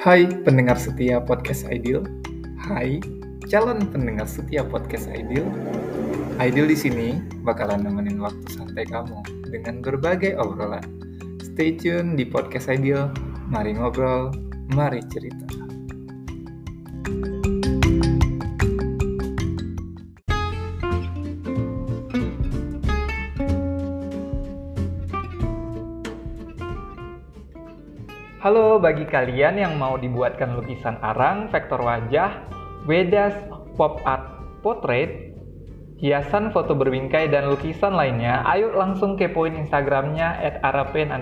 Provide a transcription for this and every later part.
Hai pendengar setia podcast Ideal. Hai calon pendengar setia podcast Ideal. Ideal di sini bakalan nemenin waktu santai kamu dengan berbagai obrolan. Stay tune di podcast Ideal. Mari ngobrol, mari cerita. Halo bagi kalian yang mau dibuatkan lukisan arang, vektor wajah, wedas, pop art, portrait, hiasan foto berbingkai, dan lukisan lainnya, ayo langsung kepoin Instagramnya @arapaint_,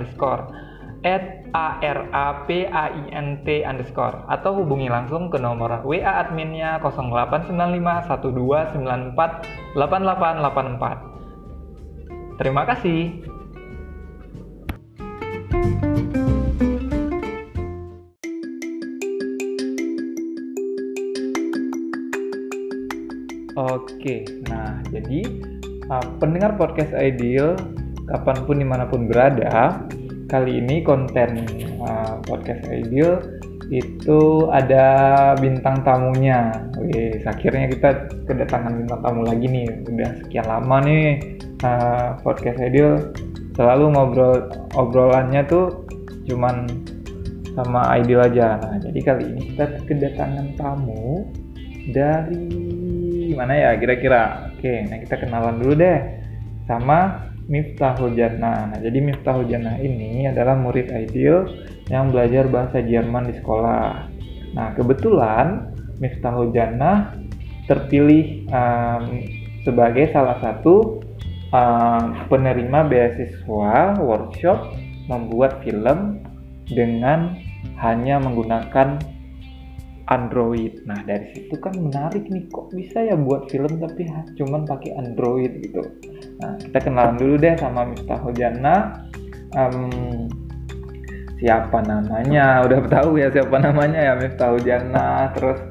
@arapaint_, atau hubungi langsung ke nomor WA adminnya 0895 1294 8884. Terima kasih. Oke, nah jadi pendengar podcast Ideal kapanpun dimanapun berada, kali ini konten podcast Ideal itu ada bintang tamunya. Wih, akhirnya kita kedatangan bintang tamu lagi nih. Udah sekian lama nih podcast Ideal selalu obrolannya tuh cuman sama Ideal aja. Nah, jadi kali ini kita kedatangan tamu dari mana ya kira-kira? Oke, nah kita kenalan dulu deh sama Miftahul Jannah. Nah, jadi Miftahul Jannah ini adalah murid Ideal yang belajar bahasa Jerman di sekolah. Nah, kebetulan Miftahul Jannah terpilih sebagai salah satu penerima beasiswa workshop membuat film dengan hanya menggunakan Android. Nah, dari situ kan menarik nih, kok bisa ya buat film tapi cuman pakai Android gitu. Nah, kita kenalan dulu deh sama Miftahul Jannah. Siapa namanya? Udah tahu ya siapa namanya ya, Miftahul Jannah. Terus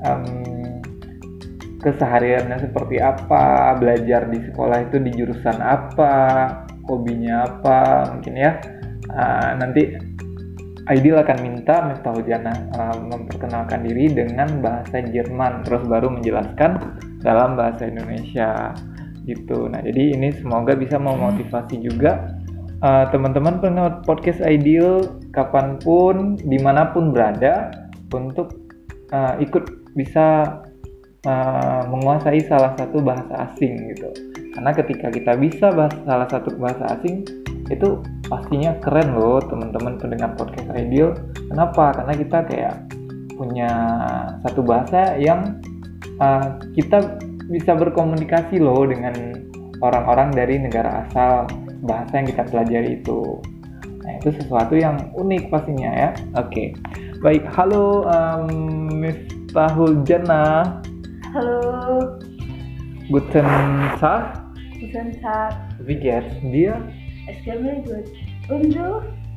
kesehariannya seperti apa, belajar di sekolah itu di jurusan apa, hobinya apa, mungkin ya. Nanti Ideal akan minta Miftahul Jannah memperkenalkan diri dengan bahasa Jerman, terus baru menjelaskan dalam bahasa Indonesia gitu. Nah, jadi ini semoga bisa memotivasi juga teman-teman pendengar podcast Ideal kapanpun, dimanapun berada, untuk ikut bisa menguasai salah satu bahasa asing gitu. Karena ketika kita bisa salah satu bahasa asing, itu pastinya keren loh teman-teman pendengar podcast Ideal. Kenapa? Karena kita kayak punya satu bahasa yang kita bisa berkomunikasi loh dengan orang-orang dari negara asal bahasa yang kita pelajari itu. Nah, itu sesuatu yang unik pastinya ya. Oke. Baik, halo Miftahul Jannah. Hallo, Guten Tag. guten Tag. Wie geht's dir? Es geht mir gut. Und du?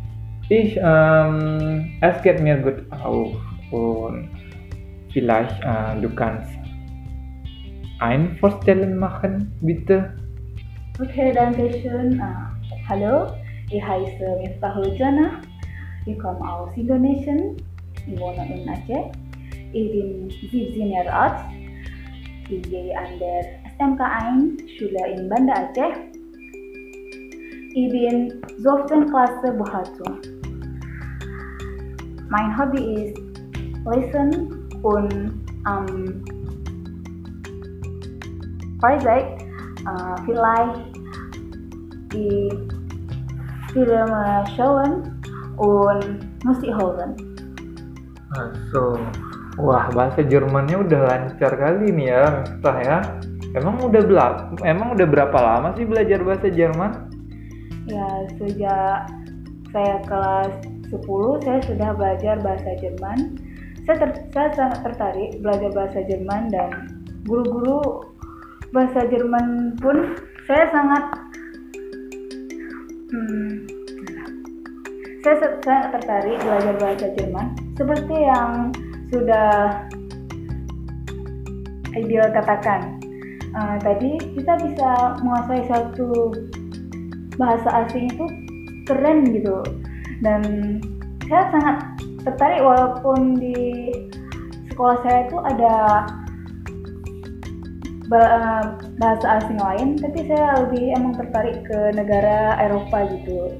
Es geht mir gut auch. Und vielleicht du kannst ein Vorstellen machen, bitte? Okay, danke schön. Hallo, ich heiße Miftahul Jannah. Ich komme aus Indonesien. Ich wohne in Aceh. Ich bin 17 Jahre alt. Ich gehe an der SMK 1 Schule in Banda Aceh. Ich bin 12. Klasse Buhatu. Mein Hobby ist Lesen und Freizeit. Vielleicht die Filme schauen und Musik hören. So, wah, bahasa Jermannya udah lancar kali nih ya, Miftah ya. Emang udah berapa lama sih belajar bahasa Jerman? Ya, sejak saya kelas 10 saya sudah belajar bahasa Jerman. Saya sangat tertarik belajar bahasa Jerman, dan guru-guru bahasa Jerman pun saya sangat tertarik belajar bahasa Jerman. Seperti yang sudah Ideal katakan, tadi kita bisa menguasai satu bahasa asing itu keren gitu, dan saya sangat tertarik walaupun di sekolah saya itu ada bahasa asing lain, tapi saya lebih emang tertarik ke negara Eropa gitu.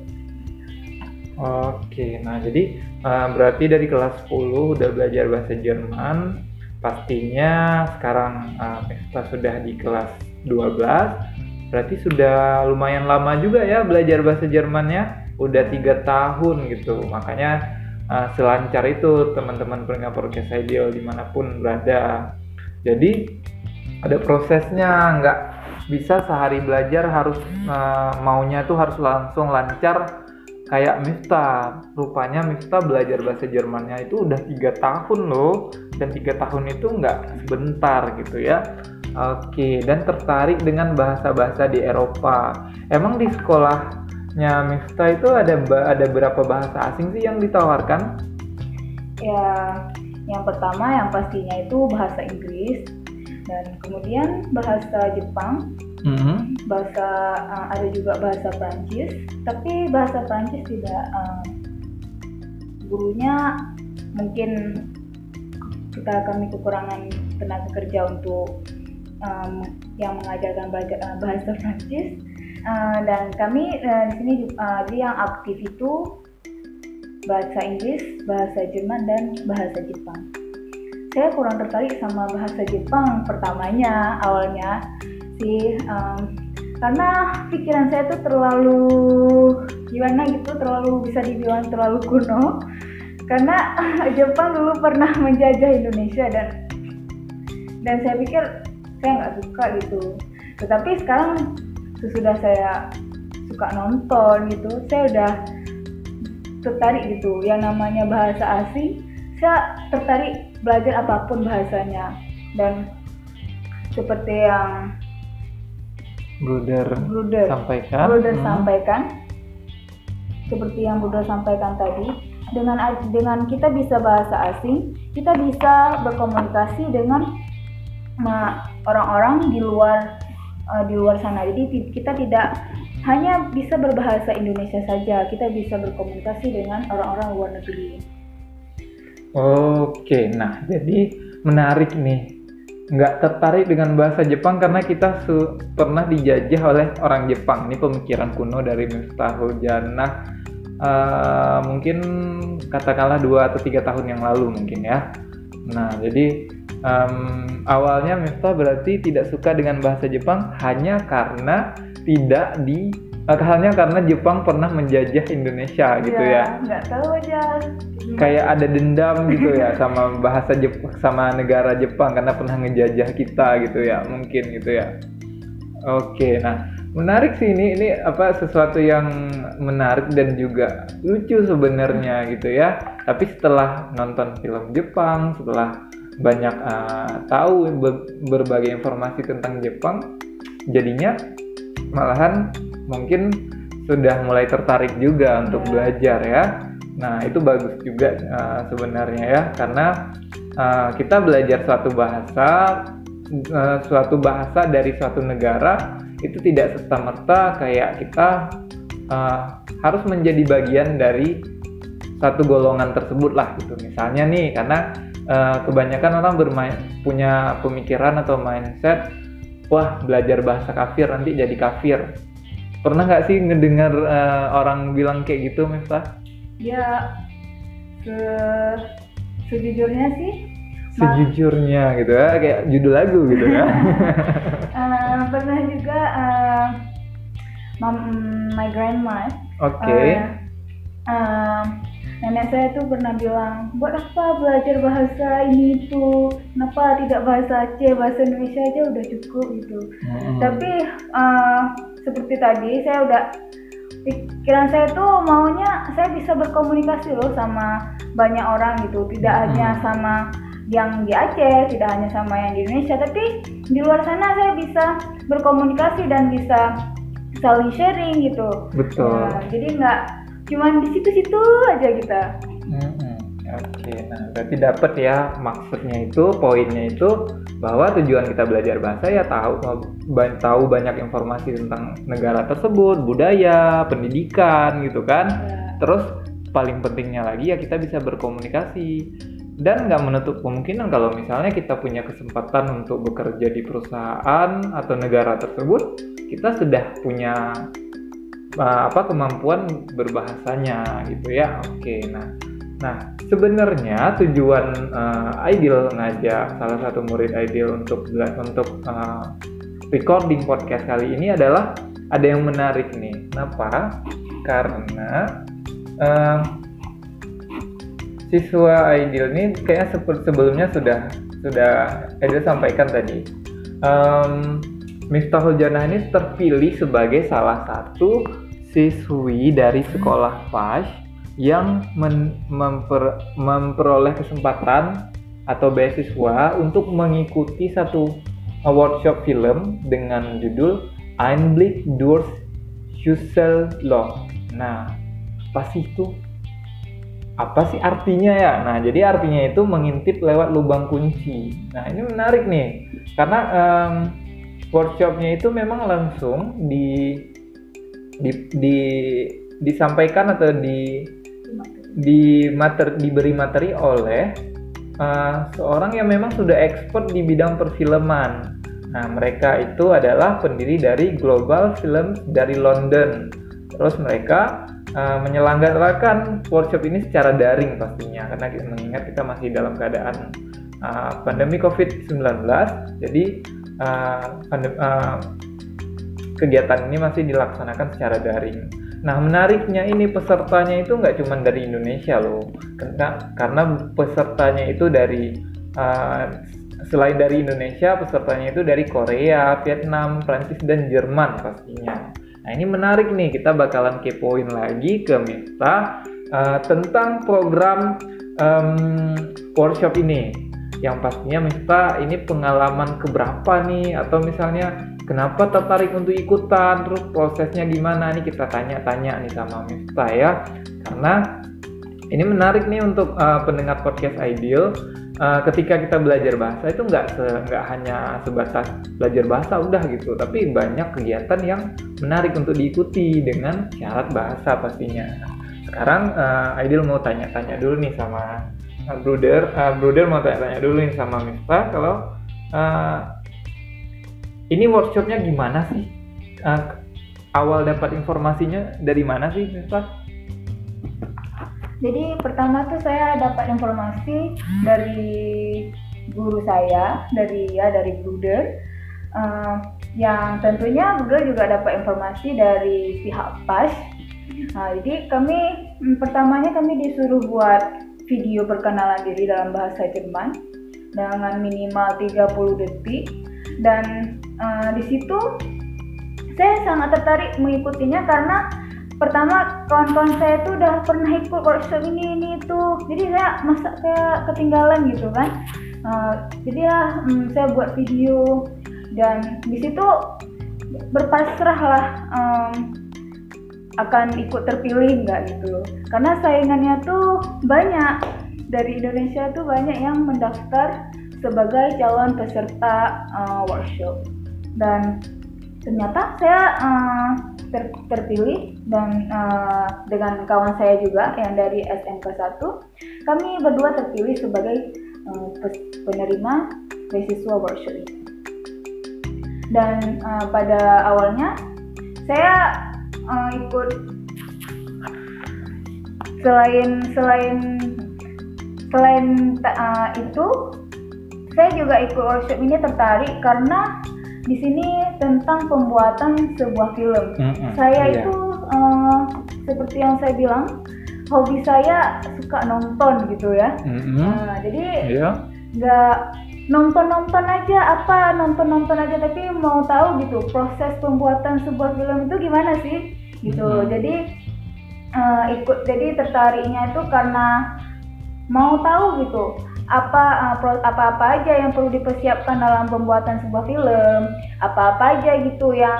Oke, nah jadi berarti dari kelas 10 udah belajar bahasa Jerman. Pastinya sekarang Miftah sudah di kelas 12. Berarti sudah lumayan lama juga ya belajar bahasa Jermannya. Udah 3 tahun gitu. Makanya selancar itu teman-teman pendengar podcast Ideal dimanapun berada. Jadi ada prosesnya, nggak bisa sehari belajar harus maunya tuh harus langsung lancar kayak Miftah. Rupanya Miftah belajar bahasa Jermannya itu udah 3 tahun loh, dan 3 tahun itu nggak sebentar gitu ya. Oke, dan tertarik dengan bahasa-bahasa di Eropa. Emang di sekolahnya Miftah itu ada berapa bahasa asing sih yang ditawarkan? Ya, yang pertama yang pastinya itu bahasa Inggris, dan kemudian bahasa Jepang, ada juga bahasa Prancis, tapi bahasa Prancis tidak, gurunya mungkin kami kekurangan tenaga kerja untuk yang mengajarkan bahasa Prancis, dan kami di sini yang aktif itu bahasa Inggris, bahasa Jerman, dan bahasa Jepang. Saya kurang tertarik sama bahasa Jepang pertamanya, awalnya sih, karena pikiran saya tuh terlalu gimana gitu, terlalu bisa dibilang terlalu kuno, karena Jepang dulu pernah menjajah Indonesia, dan saya pikir saya nggak suka gitu. Tetapi sekarang sesudah saya suka nonton gitu, saya udah tertarik gitu. Yang namanya bahasa asing, saya tertarik belajar apapun bahasanya. Dan seperti yang Bruder sampaikan, seperti yang Bruder sampaikan tadi, dengan kita bisa bahasa asing, kita bisa berkomunikasi dengan orang-orang di luar sana. Jadi kita tidak hanya bisa berbahasa Indonesia saja, kita bisa berkomunikasi dengan orang-orang luar negeri. Oke, nah jadi menarik nih. Nggak tertarik dengan bahasa Jepang karena kita pernah dijajah oleh orang Jepang. Ini pemikiran kuno dari Miftahul Janah, mungkin katakanlah 2 atau 3 tahun yang lalu mungkin ya. Nah jadi awalnya Miftah berarti tidak suka dengan bahasa Jepang hanya karena Jepang pernah menjajah Indonesia gitu ya. Nggak tahu aja. Kayak ada dendam gitu ya sama bahasa Jepang, sama negara Jepang karena pernah ngejajah kita gitu ya, mungkin gitu ya. Oke, nah menarik sih ini sesuatu yang menarik dan juga lucu sebenarnya gitu ya. Tapi setelah nonton film Jepang, setelah banyak tahu berbagai informasi tentang Jepang, jadinya malahan mungkin sudah mulai tertarik juga untuk belajar ya. Nah itu bagus juga sebenarnya ya, karena kita belajar suatu bahasa dari suatu negara itu tidak serta-merta kayak kita harus menjadi bagian dari satu golongan tersebut lah gitu. Misalnya nih, karena kebanyakan orang punya pemikiran atau mindset, wah belajar bahasa kafir nanti jadi kafir. Pernah nggak sih ngedengar orang bilang kayak gitu, Miftah? Ya, sejujurnya sih. Sejujurnya gitu ya, kayak judul lagu gitu ya. Pernah juga my grandma. Oke. Nenek saya tuh pernah bilang, buat apa belajar bahasa ini itu, kenapa tidak bahasa Aceh, bahasa Indonesia aja udah cukup gitu. Tapi seperti tadi pikiran saya tuh maunya saya bisa berkomunikasi loh sama banyak orang gitu, tidak hanya sama yang di Aceh, tidak hanya sama yang di Indonesia, tapi di luar sana saya bisa berkomunikasi dan bisa saling sharing gitu. Betul. Jadi nggak cuman di situ-situ aja kita. Oke, nah berarti dapat ya maksudnya itu, poinnya itu bahwa tujuan kita belajar bahasa ya tahu banyak informasi tentang negara tersebut, budaya, pendidikan gitu kan. Terus paling pentingnya lagi ya kita bisa berkomunikasi. Dan nggak menutup kemungkinan kalau misalnya kita punya kesempatan untuk bekerja di perusahaan atau negara tersebut, kita sudah punya kemampuan berbahasanya gitu ya. Oke, nah sebenarnya tujuan Aidil ngajak salah satu murid Aidil untuk recording podcast kali ini adalah ada yang menarik nih. Kenapa? Karena siswa Aidil ini kayaknya sebelumnya sudah Aidil sampaikan tadi. Miftahul Janah ini terpilih sebagai salah satu siswi dari sekolah PASH yang memperoleh kesempatan atau beasiswa untuk mengikuti satu workshop film dengan judul Einblick durch Schlüsselloch. Nah, apa sih itu? Apa sih artinya ya? Nah, jadi artinya itu mengintip lewat lubang kunci. Nah, ini menarik nih, karena workshopnya itu memang langsung disampaikan atau diberi materi oleh seorang yang memang sudah expert di bidang perfilman. Nah, mereka itu adalah pendiri dari Global Films dari London. Terus mereka menyelenggarakan workshop ini secara daring pastinya, karena mengingat kita masih dalam keadaan pandemi COVID-19, jadi kegiatan ini masih dilaksanakan secara daring. Nah, menariknya ini pesertanya itu nggak cuma dari Indonesia loh, karena pesertanya itu dari selain dari Indonesia, pesertanya itu dari Korea, Vietnam, Prancis, dan Jerman pastinya. Nah, ini menarik nih, kita bakalan kepoin lagi ke Miftah tentang program workshop ini. Yang pastinya Miftah ini pengalaman keberapa nih, atau misalnya kenapa tertarik untuk ikutan, terus prosesnya gimana nih, kita tanya-tanya nih sama Miftah ya. Karena ini menarik nih untuk pendengar podcast Aidil. Ketika kita belajar bahasa itu nggak hanya sebatas belajar bahasa udah gitu, tapi banyak kegiatan yang menarik untuk diikuti dengan syarat bahasa pastinya. Sekarang Aidil mau tanya-tanya dulu nih sama Bruder mau tanya-tanya dulu nih sama Miftah, kalau ini workshopnya gimana sih? Awal dapat informasinya dari mana sih, Miftah? Jadi pertama tuh saya dapat informasi dari guru saya, dari Bruder, yang tentunya Bruder juga dapat informasi dari pihak PASH. Jadi pertamanya kami disuruh buat video perkenalan diri dalam bahasa Jerman dengan minimal 30 detik, dan di situ saya sangat tertarik mengikutinya karena pertama kawan-kawan saya tuh udah pernah ikut workshop ini itu, jadi saya masa kayak ketinggalan gitu kan. Jadi ya saya buat video, dan di situ berpasrah lah akan ikut terpilih nggak gitu, karena saingannya tuh banyak, dari Indonesia tuh banyak yang mendaftar sebagai calon peserta workshop, dan ternyata saya terpilih, dan dengan kawan saya juga yang dari SMK 1, kami berdua terpilih sebagai penerima beasiswa workshop ini. Dan pada awalnya saya ikut selain itu, saya juga ikut workshop ini tertarik karena di sini tentang pembuatan sebuah film. Saya itu seperti yang saya bilang, hobi saya suka nonton gitu ya. Jadi nggak nonton aja, tapi mau tahu gitu proses pembuatan sebuah film itu gimana sih gitu. Jadi jadi tertariknya itu karena mau tahu gitu apa aja yang perlu dipersiapkan dalam pembuatan sebuah film, apa aja gitu yang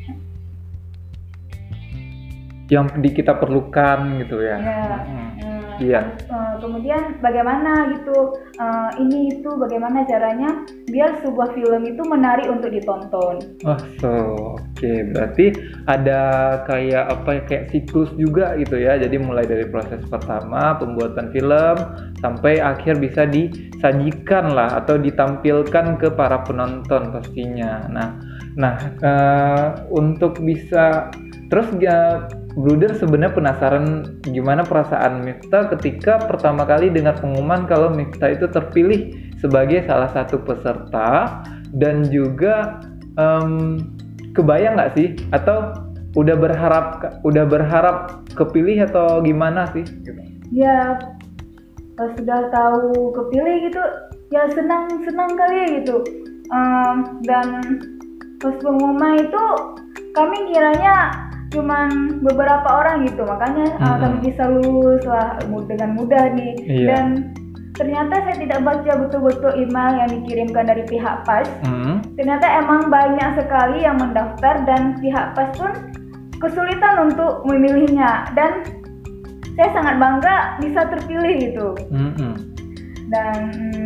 kita perlukan gitu ya. Iya. Kemudian bagaimana gitu, ini itu bagaimana caranya biar sebuah film itu menarik untuk ditonton. Oke. Berarti ada kayak siklus juga gitu ya. Jadi mulai dari proses pertama pembuatan film sampai akhir bisa disajikan lah atau ditampilkan ke para penonton pastinya. Nah, untuk bisa terus ya, Bruder sebenarnya penasaran gimana perasaan Miftah ketika pertama kali dengar pengumuman kalau Miftah itu terpilih sebagai salah satu peserta, dan juga kebayang nggak sih atau udah berharap kepilih atau gimana sih? Ya pas sudah tahu kepilih gitu ya senang kali gitu. Dan pas pengumuman itu kami kiranya cuman beberapa orang gitu, makanya kami bisa lulus lah dengan mudah nih. Iya. Dan ternyata saya tidak baca betul-betul email yang dikirimkan dari pihak PAS. Ternyata emang banyak sekali yang mendaftar dan pihak PAS pun kesulitan untuk memilihnya, dan saya sangat bangga bisa terpilih gitu. Dan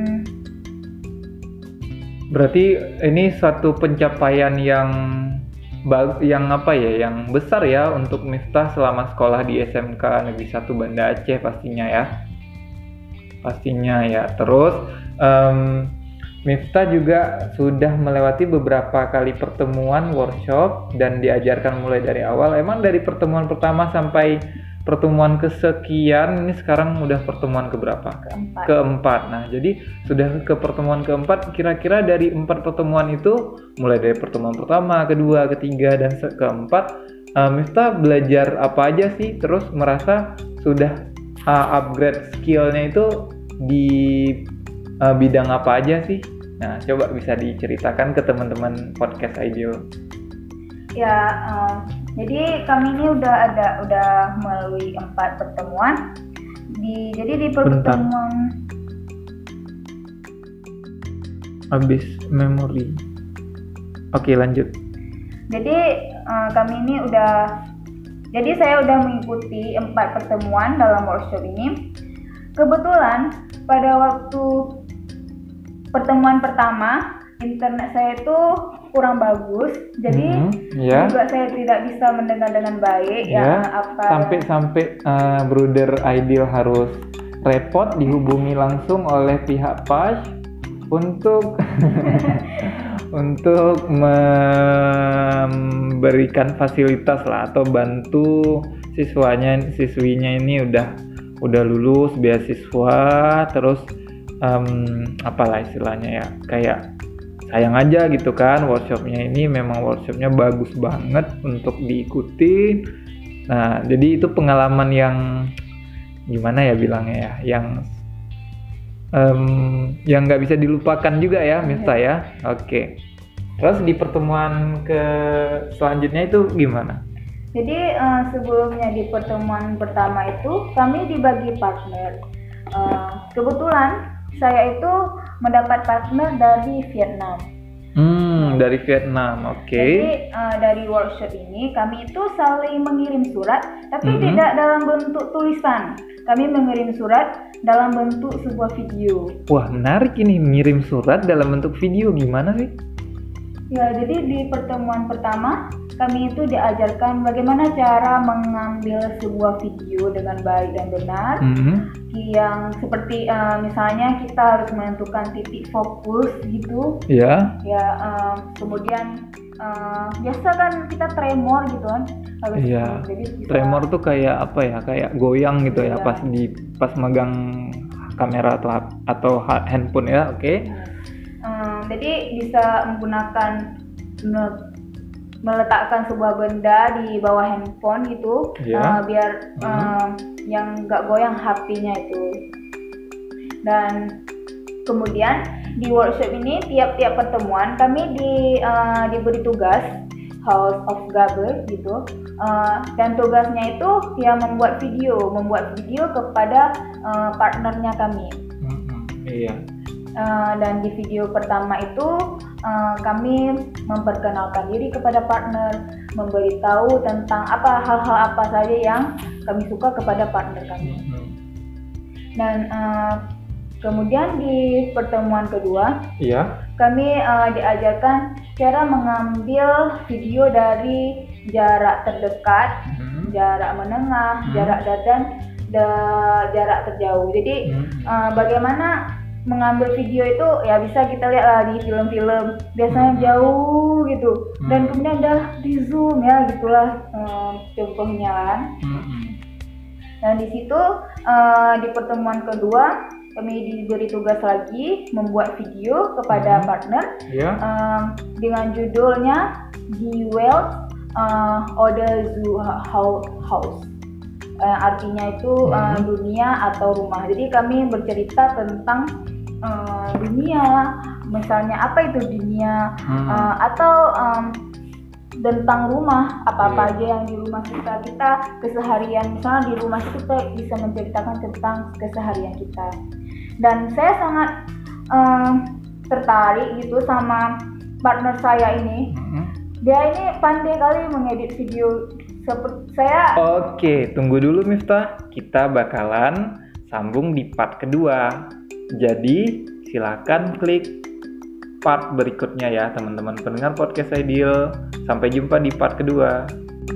berarti ini suatu pencapaian yang besar ya untuk Miftah selama sekolah di SMK Negeri 1 Banda Aceh pastinya ya. Terus Miftah juga sudah melewati beberapa kali pertemuan workshop dan diajarkan mulai dari awal. Emang dari pertemuan pertama sampai pertemuan kesekian, ini sekarang udah pertemuan keberapa? Keempat. Nah, jadi sudah ke pertemuan keempat. Kira-kira dari 4 pertemuan itu, mulai dari pertemuan pertama, kedua, ketiga, dan keempat, Miftah belajar apa aja sih? Terus merasa sudah upgrade skillnya itu di bidang apa aja sih? Nah, coba bisa diceritakan ke teman-teman podcast Ideal. Ya, jadi kami ini udah melalui 4 pertemuan. Jadi di pertemuan habis memori. Oke, lanjut. Jadi saya udah mengikuti 4 pertemuan dalam workshop ini. Kebetulan pada waktu pertemuan pertama internet saya itu kurang bagus, jadi juga saya tidak bisa mendengar dengan baik. Sampai Bruder Ideal harus repot dihubungi langsung oleh pihak PAS untuk memberikan fasilitas lah atau bantu siswinya ini udah lulus beasiswa, terus apalah istilahnya ya, kayak sayang aja gitu kan, workshopnya ini memang workshopnya bagus banget untuk diikuti. Nah, jadi itu pengalaman yang gimana ya bilangnya ya, yang nggak bisa dilupakan juga ya Miftah ya. Oke. Terus di pertemuan selanjutnya itu gimana? Jadi sebelumnya di pertemuan pertama itu kami dibagi partner. Kebetulan saya itu mendapat partner dari Vietnam. Dari Vietnam, oke. Jadi dari workshop ini kami itu saling mengirim surat, tapi tidak dalam bentuk tulisan. Kami mengirim surat dalam bentuk sebuah video. Wah, menarik ini, mengirim surat dalam bentuk video, gimana sih? Ya, jadi di pertemuan pertama kami itu diajarkan bagaimana cara mengambil sebuah video dengan baik dan benar. Yang seperti misalnya kita harus menentukan titik fokus gitu. Ya. Kemudian biasa kan kita tremor gitu kan. Jadi tremor tuh kayak apa ya? Kayak goyang gitu ya pas megang kamera atau handphone ya, oke. Jadi bisa meletakkan sebuah benda di bawah handphone gitu, biar yang nggak goyang HP-nya itu. Dan kemudian di workshop ini tiap-tiap pertemuan kami diberi tugas House of Gaber gitu, dan tugasnya itu ya membuat video kepada partnernya kami. Dan di video pertama itu kami memperkenalkan diri kepada partner, memberitahu tentang hal-hal apa saja yang kami suka kepada partner kami. Dan kemudian di pertemuan kedua, kami diajarkan cara mengambil video dari jarak terdekat, jarak menengah, jarak dekat dan jarak terjauh. Jadi bagaimana mengambil video itu ya bisa kita lihat lah di film-film, biasanya jauh gitu, dan kemudian udah di zoom ya gitulah contohnya kan. Dan di situ di pertemuan kedua kami diberi tugas lagi membuat video kepada partner dengan judulnya The World Order Zoo House. Artinya itu dunia atau rumah. Jadi kami bercerita tentang dunia, misalnya apa itu dunia, atau tentang rumah, apa-apa aja yang di rumah kita keseharian, misalnya di rumah kita bisa menceritakan tentang keseharian kita. Dan saya sangat tertarik gitu sama partner saya ini. Dia ini pandai kali mengedit video seperti saya. Oke, tunggu dulu Miftah, kita bakalan sambung di part kedua. Jadi silakan klik part berikutnya ya teman-teman pendengar podcast Ideal. Sampai jumpa di part kedua.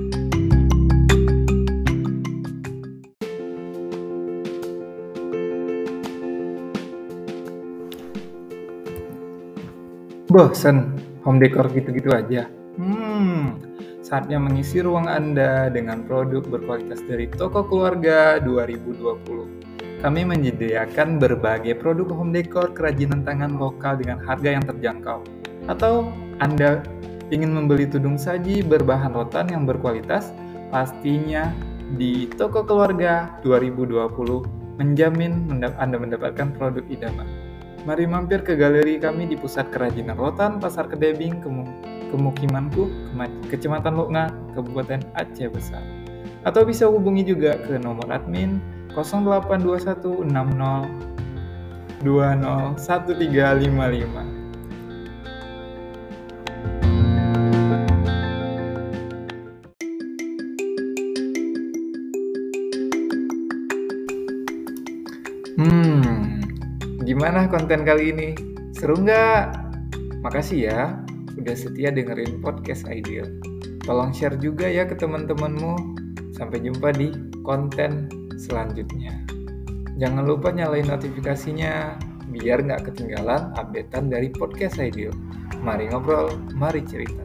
Bosen home decor gitu-gitu aja? Saatnya mengisi ruang Anda dengan produk berkualitas dari Toko Keluarga 2020. Kami menyediakan berbagai produk home decor kerajinan tangan lokal dengan harga yang terjangkau. Atau Anda ingin membeli tudung saji berbahan rotan yang berkualitas? Pastinya di Toko Keluarga 2020 menjamin Anda mendapatkan produk idaman. Mari mampir ke galeri kami di Pusat Kerajinan Rotan, Pasar Kedebing, Kemukimanku, Kecamatan Lokna, Kabupaten Aceh Besar. Atau bisa hubungi juga ke nomor admin 0821 60 20 1355. Gimana konten kali ini? Seru nggak? Makasih ya udah setia dengerin podcast Ideal. Tolong share juga ya ke teman-temanmu. Sampai jumpa di konten selanjutnya. Jangan lupa nyalain notifikasinya biar nggak ketinggalan updatean dari podcast Ideal. Mari ngobrol, mari cerita.